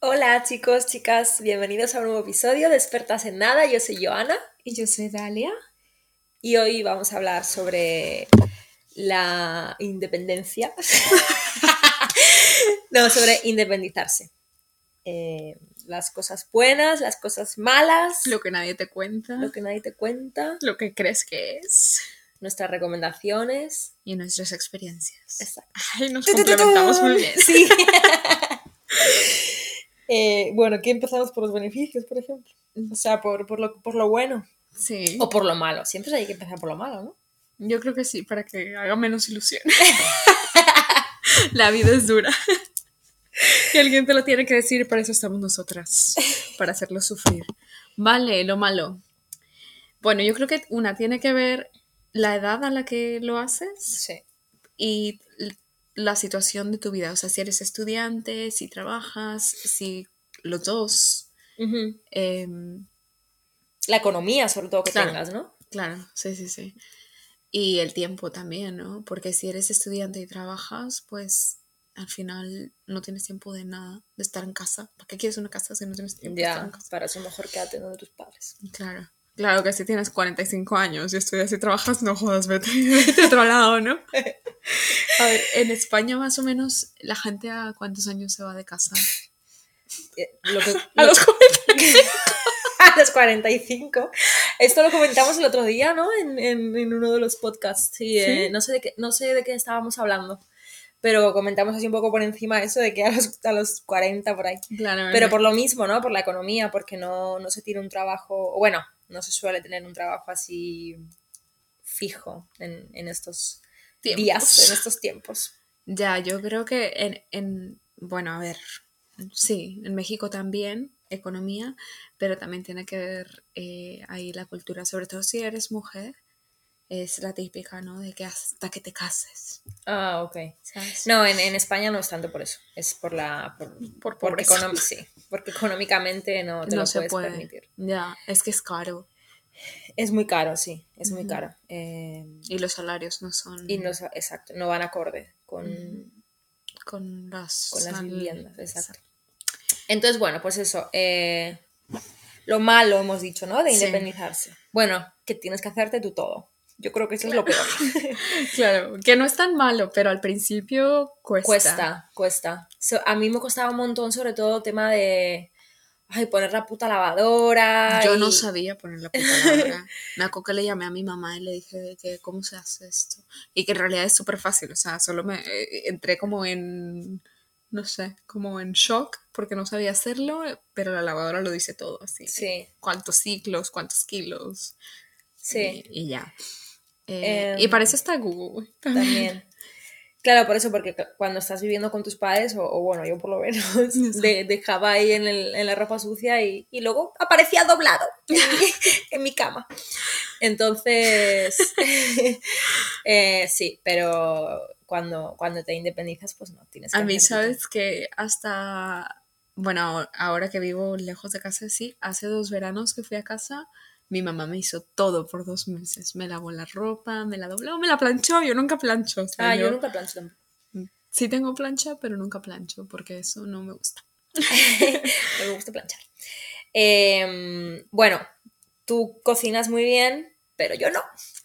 Hola chicos, chicas, bienvenidos a un nuevo episodio de Expertas en Nada. Yo soy Joana Y yo soy Dalia. y hoy vamos a hablar sobre la independencia. No, sobre independizarse. Las cosas buenas, las cosas malas, Lo que nadie te cuenta, lo que nadie te cuenta, lo que crees que es nuestras recomendaciones. y nuestras experiencias. Exacto. Ay, nos ¡Tu, tu, tu, complementamos muy tun! bien. Sí. Bueno, aquí empezamos por los beneficios, por ejemplo. O sea, por lo bueno. O Sí, por lo malo. Siempre hay que empezar por lo malo, ¿no? yo creo que sí, para que haga menos ilusión. La vida es dura. Y alguien te lo tiene que decir, para eso estamos nosotras, para hacerlo sufrir. Vale, lo malo. Bueno, yo creo que una tiene que ver la edad a la que lo haces Sí. y la situación de tu vida. O sea, si eres estudiante, si trabajas, si los dos. Ujú. Em, La economía, sobre todo, que claro, tengas, ¿no? claro, sí, sí, sí. Y el tiempo también, ¿no? Porque si eres estudiante y trabajas, pues al final no tienes tiempo de nada, de estar en casa. ¿Para qué quieres una casa si no tienes tiempo de estar en Ya, casa? para eso mejor quédate donde tus padres. Claro. Claro que si tienes 45 años y estudias y trabajas, no jodas, vete, vete a otro lado, ¿no? A ver, en España más o menos la gente a cuántos años se va de casa. Lo que, A lo- los 45. a los 45. Esto lo comentamos el otro día, ¿no? En uno de los podcasts. Sí, Sí, no sé de qué estábamos hablando, pero comentamos así un poco por encima eso de que a los 40 por ahí. claro, Pero por lo mismo, ¿no? Por la economía, porque no se tiene un trabajo, o bueno, no se suele tener un trabajo así fijo en estos días, en tiempos. estos tiempos. Ya, yo creo que bueno, a ver, sí, en México también, economía, pero también tiene que ver ahí la cultura, sobre todo si eres mujer, es la típica, ¿no? De que hasta que te cases, Ah, ok. ¿sabes? No, en España no es tanto por eso. Es por la. Por Porque, pobreza. sí, porque económicamente no te No lo se puedes puede, permitir. ya, es que es caro Es muy caro, sí, es muy ujú, caro. y los salarios no Y no, son exacto, no van acorde ujú, con, con con las viviendas, exacto. exacto. Entonces, bueno, pues eso. Lo malo hemos dicho, ¿no? De Sí, independizarse. Bueno, que tienes que hacerte tú todo. Yo creo que eso es lo claro, peor. claro, que no es tan malo, pero al principio cuesta. Cuesta, cuesta. A mí me costaba un montón, sobre todo el tema de, ay, poner la puta lavadora Yo no y... sabía poner la puta lavadora. Me acuerdo que le llamé a mi mamá y le dije que cómo se hace esto. Y que en realidad es súper fácil. O sea, solo me entré como en, no sé, como en shock porque no sabía hacerlo, pero la lavadora lo dice todo así. Sí, Cuántos ciclos, cuántos kilos sí. y ya. Y para eso Em, está Google también. también. Claro, por eso, porque cuando estás viviendo con tus padres, o bueno, yo por lo menos, Eso. dejaba ahí en la ropa sucia y luego aparecía doblado en mi cama. Entonces, sí, pero cuando te independizas, pues no, tienes A que mí, hacer tú todo. sabes que hasta, bueno, ahora que vivo lejos de casa, sí, hace 2 veranos que fui a casa, mi mamá me hizo todo por 2 meses. Me lavó la ropa, me la dobló, me la planchó. Yo nunca plancho, o sea, Ah, yo yo nunca plancho tampoco. sí tengo plancha, pero nunca plancho porque eso no me gusta. No me gusta planchar. Bueno, tú cocinas muy bien, pero yo no.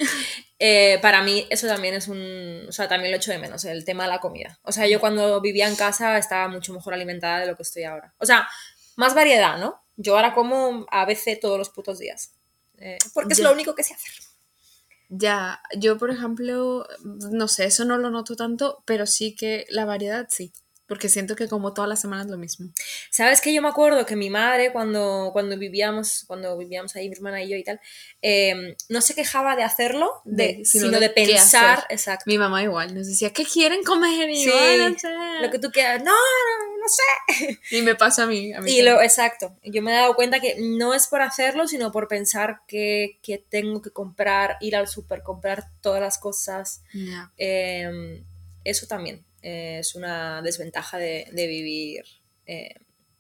Para mí eso también es un... O sea, también lo echo de menos, el tema de la comida. O sea, yo cuando vivía en casa estaba mucho mejor alimentada de lo que estoy ahora. O sea, más variedad, ¿no? Yo ahora como a veces todos los putos días. Porque es lo Ya, único que sé hacer. ya, yo por ejemplo, no sé, eso no lo noto tanto, pero sí que la variedad sí, porque siento que como todas las semanas lo mismo. ¿Sabes que yo me acuerdo que mi madre, cuando vivíamos ahí, mi hermana y yo y tal, no se quejaba de hacerlo, Sino sino de de qué hacer. pensar, exacto. Mi mamá igual nos decía, ¿qué quieren comer? Y yo, "Ah, no Sí, sé". lo que tú quieras. No, no, no sé. Y me pasa a mí Y lo, también. exacto. Yo me he dado cuenta que no es por hacerlo, sino por pensar que tengo que comprar, ir al súper, comprar todas las cosas. Ya. Eso también es una desventaja de vivir eh,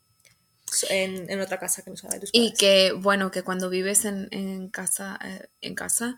en otra casa que no sea de tus Y padres. que, bueno, que cuando vives en casa,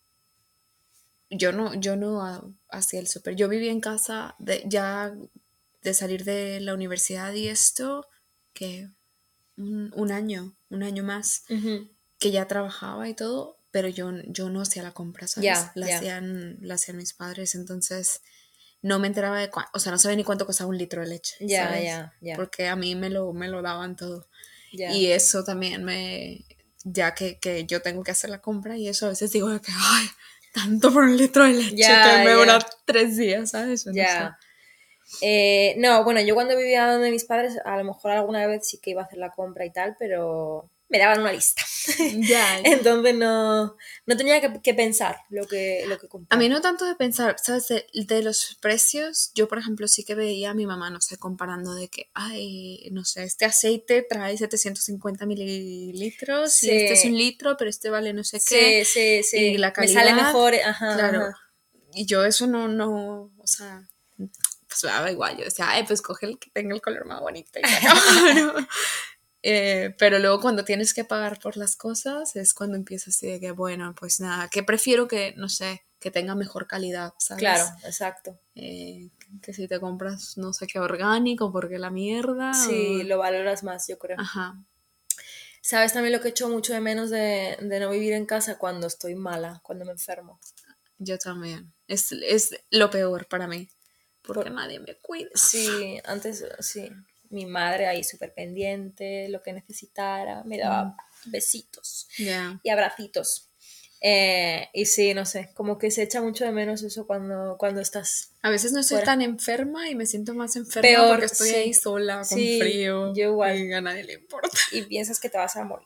yo no hacía el súper. Yo vivía en casa ya de salir de la universidad y esto, que un año más, Ujú. que ya trabajaba y todo, pero yo no hacía la compra, ¿sabes? Ya, ya, La hacían mis padres, entonces no me enteraba de cuánto, o sea, no sabía ni cuánto costaba un litro de leche, ya, ¿sabes? ya, ya, Porque a mí me lo daban todo. ya. Y eso también ya que yo tengo que hacer la compra y eso a veces digo de que, ay, tanto por un litro de leche que Ya, me ya, dura 3 días, ¿sabes? O no sé. ya. No, bueno, yo cuando vivía donde mis padres, a lo mejor alguna vez sí que iba a hacer la compra y tal, pero me daban una lista. Ya, Entonces no tenía que pensar lo que a mí comprar. no tanto de pensar, ¿sabes? De los precios, yo por ejemplo sí que veía a mi mamá, no sé, comparando de que, ay, no sé, este aceite trae 750 mililitros y este es un Sí, litro, pero este vale no sé qué, sí, sí, y sí. la Me sale calidad, mejor, ajá, claro, ajá. y yo eso no, o sea, pues me daba igual, yo decía, ay, pues coge el que tenga el color más bonito y se acabó, ¿no? Pero luego cuando tienes que pagar por las cosas es cuando empiezas así de que, bueno, pues nada, que prefiero que, no sé, que tenga mejor calidad, ¿sabes? Claro, exacto. Que si te compras no sé qué orgánico, porque la mierda, Sí, lo valoras más, yo creo. ajá, ¿Sabes también lo que echo mucho de menos de no vivir en casa cuando estoy mala, cuando me enfermo? yo también. Es lo peor para mí, porque Por- nadie me cuida. sí, antes, sí, mi madre ahí súper pendiente, lo que necesitara, me daba besitos Ya. y abracitos. Y sí, no sé, como que se echa mucho de menos eso cuando estás A veces no estoy fuera. tan enferma y me siento más enferma porque Peor, estoy ahí sí, sola, con sí, frío, yo igual. y a nadie le importa. Y piensas que te vas a morir.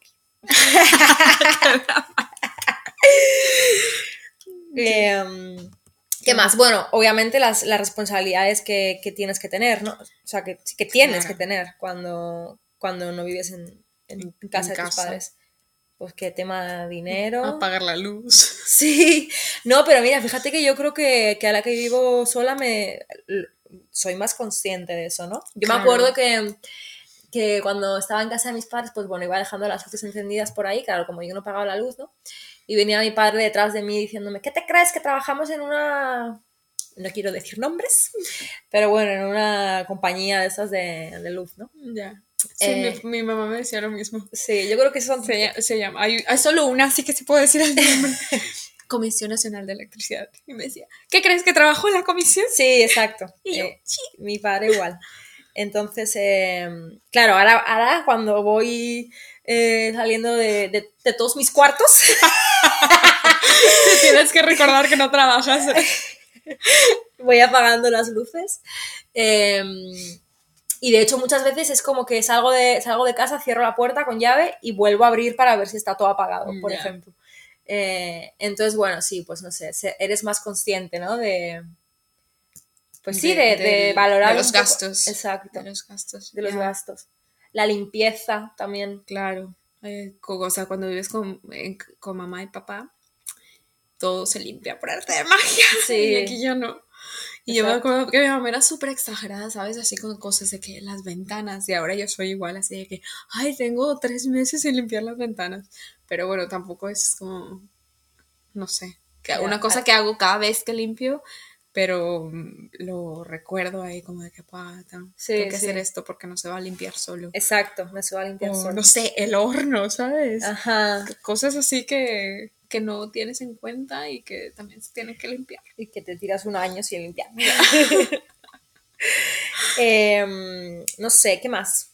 Em, ¿Qué ¿Qué más? más? Bueno, obviamente las responsabilidades que tienes que tener, ¿no? O sea, que tienes que Claro, tener cuando no vives en en casa de tus casa, padres. Pues qué tema de dinero. apagar la luz. Sí, no, pero mira, fíjate que yo creo que a la que vivo sola soy más consciente de eso, ¿no? Yo me acuerdo Claro, que cuando estaba en casa de mis padres, pues bueno, iba dejando las luces encendidas por ahí, claro, como yo no pagaba la luz, ¿no? Y venía mi padre detrás de mí diciéndome, ¿qué te crees que trabajamos en una... No quiero decir nombres, pero bueno, en una compañía de esas de luz, ¿no? ya. Sí, Eh, mi mamá me decía lo mismo. sí, yo creo que son... Se llama, hay solo una, así que sí puedo decir el nombre. Comisión Nacional de Electricidad. Y me decía, ¿qué crees que trabajo en la comisión? Sí, exacto. Y yo, sí. Mi padre igual. Entonces, claro, ahora cuando voy saliendo de todos mis cuartos, Te tienes que recordar que no trabajas. voy apagando las luces. eh, y de hecho muchas veces es como que salgo de casa, cierro la puerta con llave y vuelvo a abrir para ver si está todo apagado, por Ya. ejemplo. Entonces, bueno, sí, pues no sé, eres más consciente, ¿no? Pues sí, de De valorar los un poco, gastos. De exacto, los gastos, de los ya. gastos. La limpieza también. Claro. O sea, cuando vives con mamá y papá, todo se limpia por arte de magia. Y aquí Sí, ya no. Y yo me exacto. acuerdo que mi mamá era súper exagerada, ¿sabes? Así con cosas de que las ventanas. Y ahora yo soy igual, así de que, ay, tengo 3 meses sin limpiar las ventanas. Pero bueno, tampoco es como, no sé, que una Ya, cosa que hago cada vez que limpio, pero lo recuerdo ahí como de que, "Pa, tengo sí, que hacer sí. esto porque no se va a limpiar solo. Exacto, me se va a limpiar O no solo. sé, el horno, ¿sabes? Ajá. Cosas así que no tienes en cuenta y que también se tienen que limpiar. Y que te tiras un año sin limpiar. Ya. No sé, ¿qué más?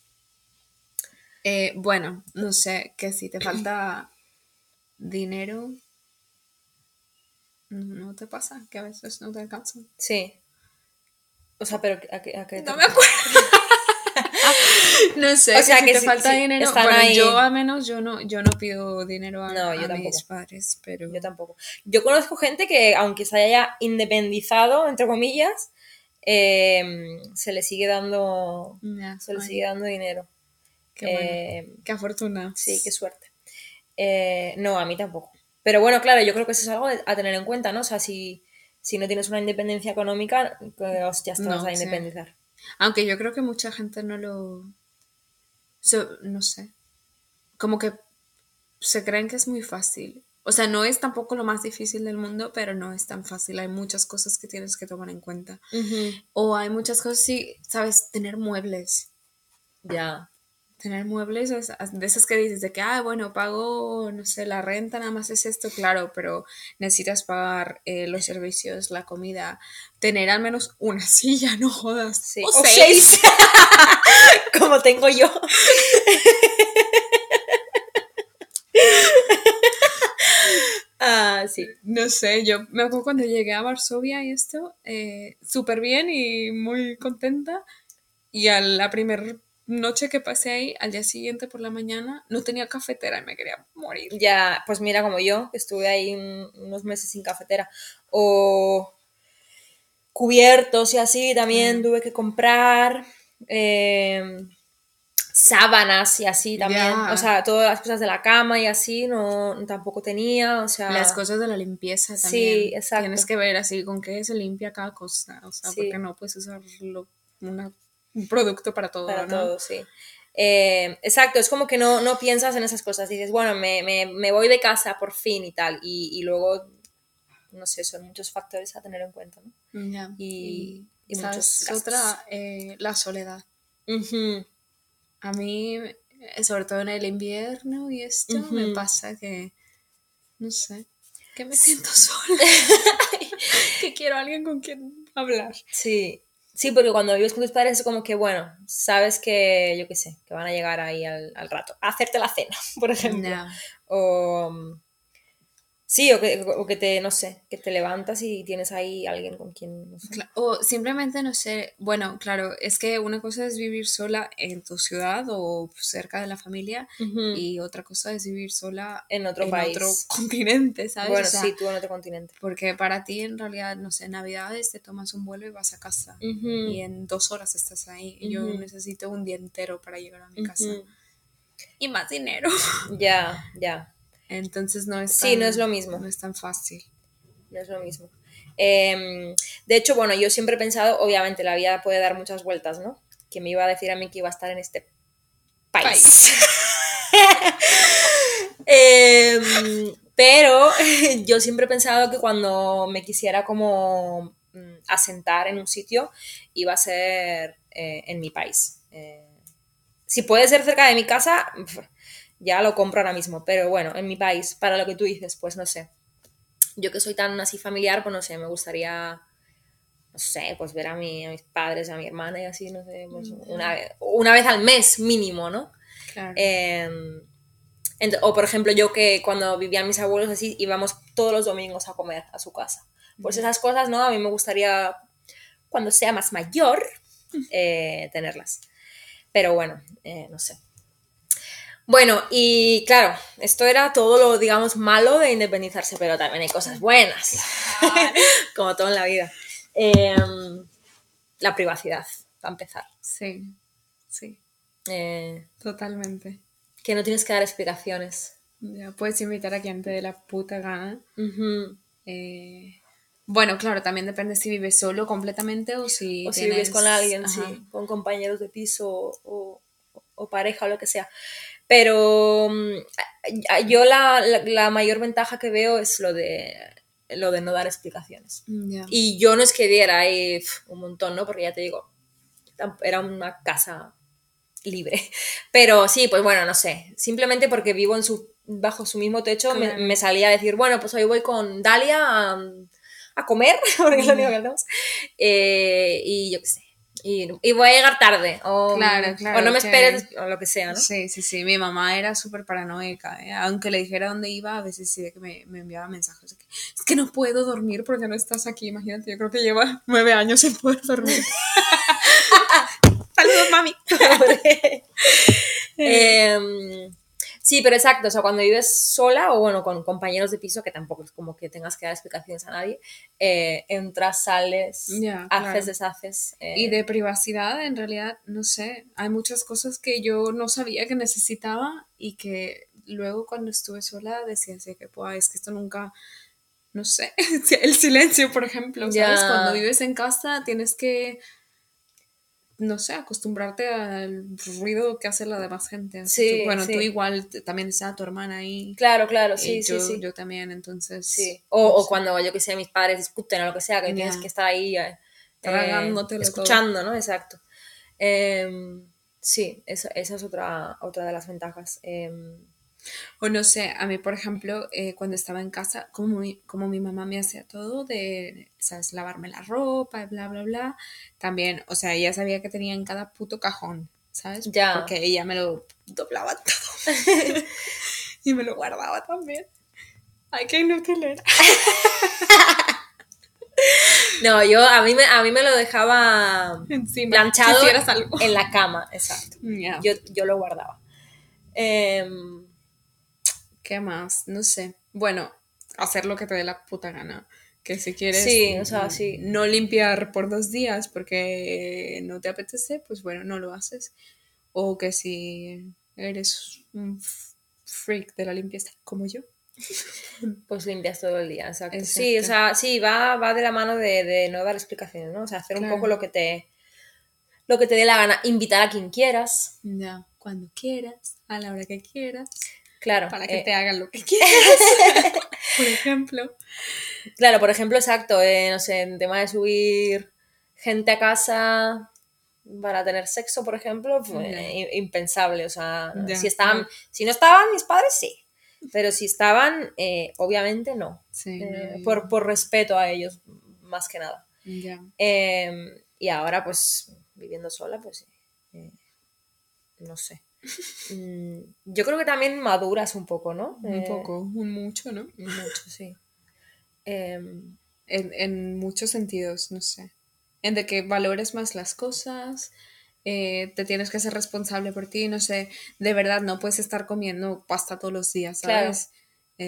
Bueno, no sé, que si te falta dinero, no te pasa, que a veces no te alcanza. Sí. O sea, pero ¿a qué te No me refieres? acuerdo. No O sé, que sea, si que te si, falta si dinero, están bueno, yo ahí. al menos yo no pido dinero No, a yo mis tampoco. padres, pero Yo tampoco. Yo conozco gente que, aunque se haya independizado, entre comillas, se le sigue dando. ya, Se le sigue ay, dando dinero. qué bueno, Eh, qué sí, qué afortunados. suerte. No, a mí tampoco. Pero bueno, claro, yo creo que eso es algo a tener en cuenta, ¿no? O sea, si no tienes una independencia económica, que hostias te vas a No, sí. independizar. Aunque yo creo que mucha gente no sé, como que se creen que es muy fácil. O sea, no es tampoco lo más difícil del mundo, pero no es tan fácil. Hay muchas cosas que tienes que tomar en cuenta. Ujú. O hay muchas cosas, sí, sabes, tener muebles. Ya. tener muebles de esas que dices de que, bueno, pago, no sé, la renta nada más es esto, claro, pero necesitas pagar los servicios, la comida, tener al menos una silla, no jodas. Sí. O O seis. 6, como tengo yo. Sí. No sé, yo me acuerdo cuando llegué a Varsovia y esto, súper bien y muy contenta. Y a la primera noche que pasé ahí, al día siguiente por la mañana, no tenía cafetera y me quería morir. Ya, pues mira, como yo, que estuve ahí unos meses sin cafetera. O cubiertos y así, también Claro. tuve que comprar. Sábanas y así también. O Ya, sea, todas las cosas de la cama y así, no, tampoco tenía. O las sea, cosas de la limpieza sí, también. Tienes exacto. que ver así con qué se limpia cada cosa. O sea, porque Sí, no puedes usarlo un producto para todo, para ¿no? todo, sí. Exacto, es como que no piensas en esas cosas. Dices, bueno, me voy de casa por fin y tal. Y luego, no sé, son muchos factores a tener en cuenta, ¿no? Ya. Y, Y, y muchos ¿sabes? gastos. Otra, la soledad. Ujú, A mí, sobre todo en el invierno y esto, me ujú. pasa que, no sé, que me siento sola, que quiero a alguien con quien hablar. Sí, sí, porque cuando vives con tus padres es como que, bueno, sabes que, yo qué sé, que van a llegar ahí al rato, a hacerte la cena, por ejemplo. Ya. O sí, o que te, no sé, que te levantas y tienes ahí alguien con quien, no sé. O simplemente, no sé, bueno, claro, es que una cosa es vivir sola en tu ciudad o cerca de la familia Ujú. y otra cosa es vivir sola En otro en otro país. continente, ¿sabes? O Bueno, sea, sí, tú en otro continente. porque para ti en realidad, no sé, Navidades te tomas un vuelo y vas a casa Ujú, y en 2 horas estás ahí. Yo ujú, necesito un día entero para llegar a mi casa ujú. y más dinero. Ya, ya. Entonces Sí, no es lo no mismo, es tan fácil. no es lo mismo. De hecho, bueno, yo siempre he pensado, obviamente la vida puede dar muchas vueltas, ¿no? Que me iba a decir a mí que iba a estar en este país. País. Pero yo siempre he pensado que cuando me quisiera como asentar en un sitio, iba a ser en mi país. Si puede ser cerca de mi casa, ya lo compro ahora mismo, pero bueno, en mi país, para lo que tú dices, pues no sé. Yo que soy tan así familiar, pues no sé, me gustaría, no sé, pues ver a mis padres, a mi hermana y así, no sé, pues Ya, una vez al mes mínimo, ¿no? claro. Eh, o por ejemplo, yo que cuando vivían mis abuelos así, íbamos todos los domingos a comer a su casa. Pues Ya. esas cosas, ¿no? A mí me gustaría, cuando sea más mayor, tenerlas. Pero bueno, no sé. Bueno, y claro, esto era todo lo, digamos, malo de independizarse, pero también hay cosas buenas, Claro. como todo en la vida. Eh, la privacidad, para empezar. Sí, sí, Eh, totalmente. que no tienes que dar explicaciones. Ya puedes invitar a quien te dé la puta gana. Ujú. Eh, bueno, claro, también depende si vives solo completamente o si O si vives con tienes... alguien, Ajá, sí, con compañeros de piso o pareja o lo que sea. Pero yo la mayor ventaja que veo es lo de no dar explicaciones. ya, Y yo no es que diera ahí un montón, ¿no? Porque ya te digo, era una casa libre. Pero sí, pues bueno, no sé. Simplemente porque vivo bajo su mismo techo, me claro. salía a decir, bueno, pues hoy voy con Dalia a comer, porque es lo único Ya. que hacemos. Y yo qué sé. Y voy a llegar tarde, Claro, o no claro, me que... esperes, o lo que sea, ¿no? Sí, sí, sí, mi mamá era súper paranoica, ¿eh? Aunque le dijera dónde iba, a veces sí de que me enviaba mensajes de que es que no puedo dormir porque no estás aquí, imagínate, yo creo que lleva 9 años sin poder dormir. Saludos, mami. Pobre. Em, sí, pero exacto, o sea, cuando vives sola o bueno, con compañeros de piso, que tampoco es como que tengas que dar explicaciones a nadie, entras, sales, Ya, haces, claro. deshaces. Y de privacidad, en realidad, no sé, hay muchas cosas que yo no sabía que necesitaba y que luego cuando estuve sola decía así que, pues, es que esto nunca, no sé, el silencio, por ejemplo, ¿sabes? Cuando Ya, vives en casa tienes que, no sé, acostumbrarte al ruido que hace la demás gente. Así tú, sí, bueno, tú sí. igual también está tu hermana ahí Claro, claro, y sí, sí, yo, sí. yo también, entonces, Sí. O, no o sé, cuando, yo que sé, mis padres discuten o lo que sea, que tienes que ya, estar ahí tragándotelo todo. escuchando, ¿no? Exacto. Eh, Sí, esa es otra de las ventajas. O no sé, a mí, por ejemplo, cuando estaba en casa, como mi mamá me hacía todo de, ¿sabes? Lavarme la ropa, bla, bla, bla. También, o sea, ella sabía que tenía en cada puto cajón, ¿sabes? Ya. Porque ella me lo doblaba todo y me lo guardaba también. Ay, qué inútil era. No, a mí me lo dejaba Encima, si planchado hicieras algo. en la cama, exacto. Ya. Yo lo guardaba. Em, ¿Qué más? No sé. Bueno, hacer lo que te dé la puta gana. Que si quieres sí, o sea, sí. no limpiar por 2 días porque no te apetece, pues bueno, no lo haces. O que si eres un freak de la limpieza, como yo. Pues limpias todo el día, exacto. Sí, o Exacto. sea, sí, va de la mano de no dar explicaciones, ¿no? O sea, hacer un poco Claro. lo que te dé la gana, invitar a quien quieras. Ya, cuando quieras, a la hora que quieras, Claro, para que te hagan lo que quieras. Por ejemplo. claro, por ejemplo, exacto, no sé, en tema de subir gente a casa para tener sexo, por ejemplo, Ya, impensable. O sea, ya, no. si no estaban mis padres, sí. Pero si estaban, obviamente no. Sí, no, Por respeto a ellos, más que nada. ya. Y ahora, pues, viviendo sola, pues, eh, no sé. Yo creo que también maduras un poco, ¿no? Un poco, un mucho, ¿no? Mucho, sí. Em, En muchos sentidos, no sé. En de que valores más las cosas, te tienes que ser responsable por ti, no sé, de verdad no puedes estar comiendo pasta todos los días, claro, ¿sabes?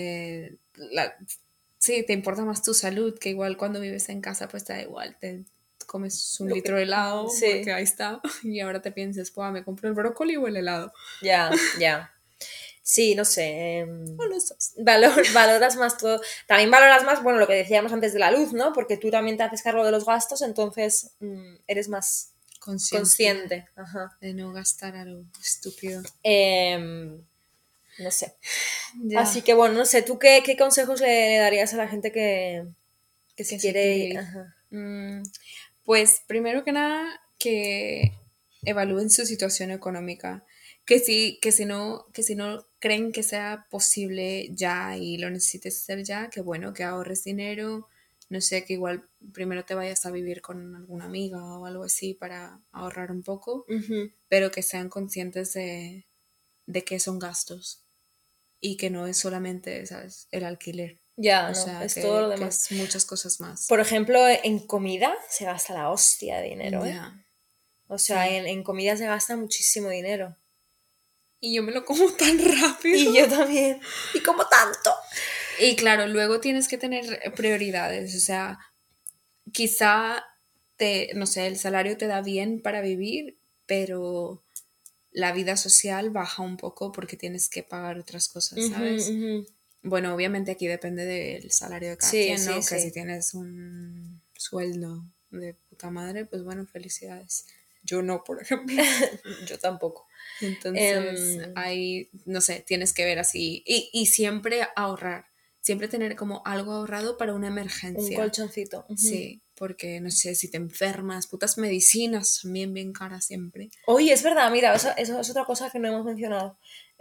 Sí, te importa más tu salud, que igual cuando vives en casa pues te da igual, te comes un lo litro de helado porque sí, ahí está y ahora te piensas, pues me compro el brócoli o el helado. ya, ya. Sí, no sé. O los dos. Valoras más todo. También valoras más, bueno, lo que decíamos antes de la luz, ¿no? Porque tú también te haces cargo de los gastos, entonces eres más Consciente consciente. Ajá. de no gastar a lo estúpido. Em, no sé. Ya, Así que bueno, no sé, ¿tú qué consejos le darías a la gente que si que se quiere quiere... ir. Ajá. Mm, Pues primero que nada, que evalúen su situación económica. Que si no creen que sea posible ya y lo necesites hacer ya, que bueno, que ahorres dinero. No sé, que igual primero te vayas a vivir con alguna amiga o algo así para ahorrar un poco, Ujú. pero que sean conscientes de que son gastos y que no es solamente, ¿sabes?, el alquiler. Ya, O no, sea, es todo lo que demás. es muchas cosas más. Por ejemplo, en comida se gasta la hostia de dinero, ¿eh? Ya, O sea, sí. en comida se gasta muchísimo dinero. Y yo me lo como tan rápido. Y yo también. ¿Y como tanto? Y claro, luego tienes que tener prioridades. O sea, quizá no sé, el salario te da bien para vivir, pero la vida social baja un poco porque tienes que pagar otras cosas, Ujú, ¿sabes? ujú. Bueno, obviamente aquí depende del salario de cada Sí, quien, sí, ¿no? Que si sí. tienes un sueldo de puta madre, pues bueno, felicidades. Yo no, por ejemplo. Yo tampoco. Entonces, Em, ahí, no sé, tienes que ver así. Y siempre ahorrar. Siempre tener como algo ahorrado para una un emergencia. colchoncito. Ujú. Sí, porque no sé, si te enfermas, putas medicinas también bien caras siempre. Oye, es verdad, mira, eso es otra cosa que no hemos mencionado.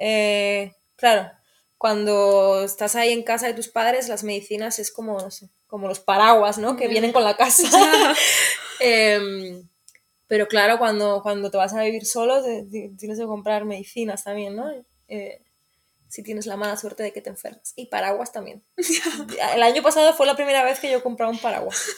Claro, cuando estás ahí en casa de tus padres, las medicinas es como, no sé, como los paraguas, ¿no? Que Ya, vienen con la casa. ya. Em, pero claro, cuando te vas a vivir solo, tienes que comprar medicinas también, ¿no? Eh, si tienes la mala suerte de que te enfermas. Y paraguas también. El año pasado fue la primera vez que yo compraba un paraguas.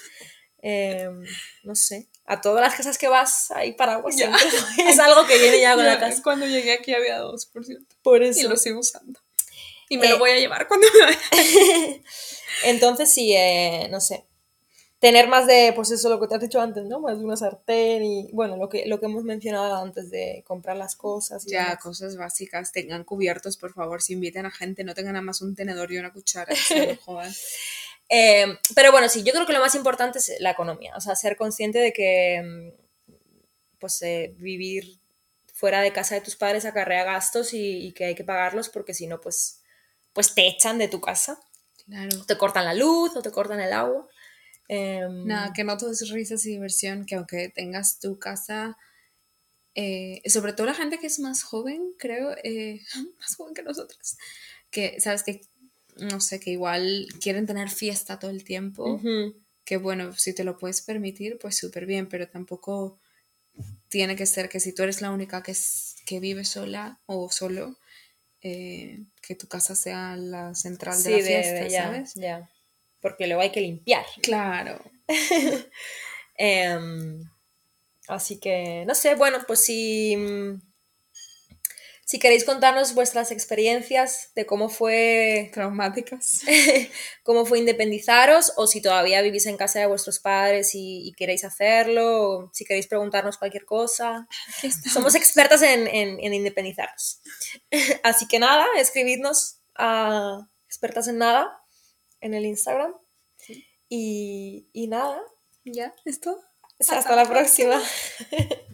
No sé, a todas las casas que vas hay paraguas Ya. siempre. Es algo que viene ya con la Ya, casa. cuando llegué aquí había dos, por cierto. Por Y lo eso. sigo usando. Y me lo Eh, voy a llevar cuando me vaya. entonces sí, no sé. Tener más de, pues eso, lo que te has dicho antes, ¿no? Más de una sartén y, bueno, lo que hemos mencionado antes de comprar las cosas y Ya, demás. cosas básicas. Tengan cubiertos, por favor. Si inviten a gente, no tengan nada más un tenedor y una cuchara. O sea, no jodan. Pero bueno, sí, yo creo que lo más importante es la economía. O sea, ser consciente de que, pues, vivir fuera de casa de tus padres acarrea gastos y que hay que pagarlos porque si no, pues te echan de tu casa. Claro. Te cortan la luz o te cortan el agua. Nada, Em, que no todo es risas y diversión, que aunque tengas tu casa, sobre todo la gente que es más joven, creo, más joven que nosotras, que, ¿sabes? Que, no sé, que igual quieren tener fiesta todo el tiempo, Ujú. que bueno, si te lo puedes permitir, pues súper bien, pero tampoco tiene que ser que si tú eres la única que vive sola o solo, que tu casa sea la central de la Sí, fiesta, ya, ¿sabes? ya. Porque luego hay que limpiar. Claro. Em, Así que, no sé, bueno, pues si queréis contarnos vuestras experiencias de Traumáticas. cómo fue independizaros, o si todavía vivís en casa de vuestros padres y queréis hacerlo, o si queréis preguntarnos cualquier cosa. Aquí Somos estamos. expertas en independizarnos. Así que nada, escribidnos a expertas en nada en el Instagram. Sí. Y nada, Ya, esto. hasta Hasta la la próxima. próxima.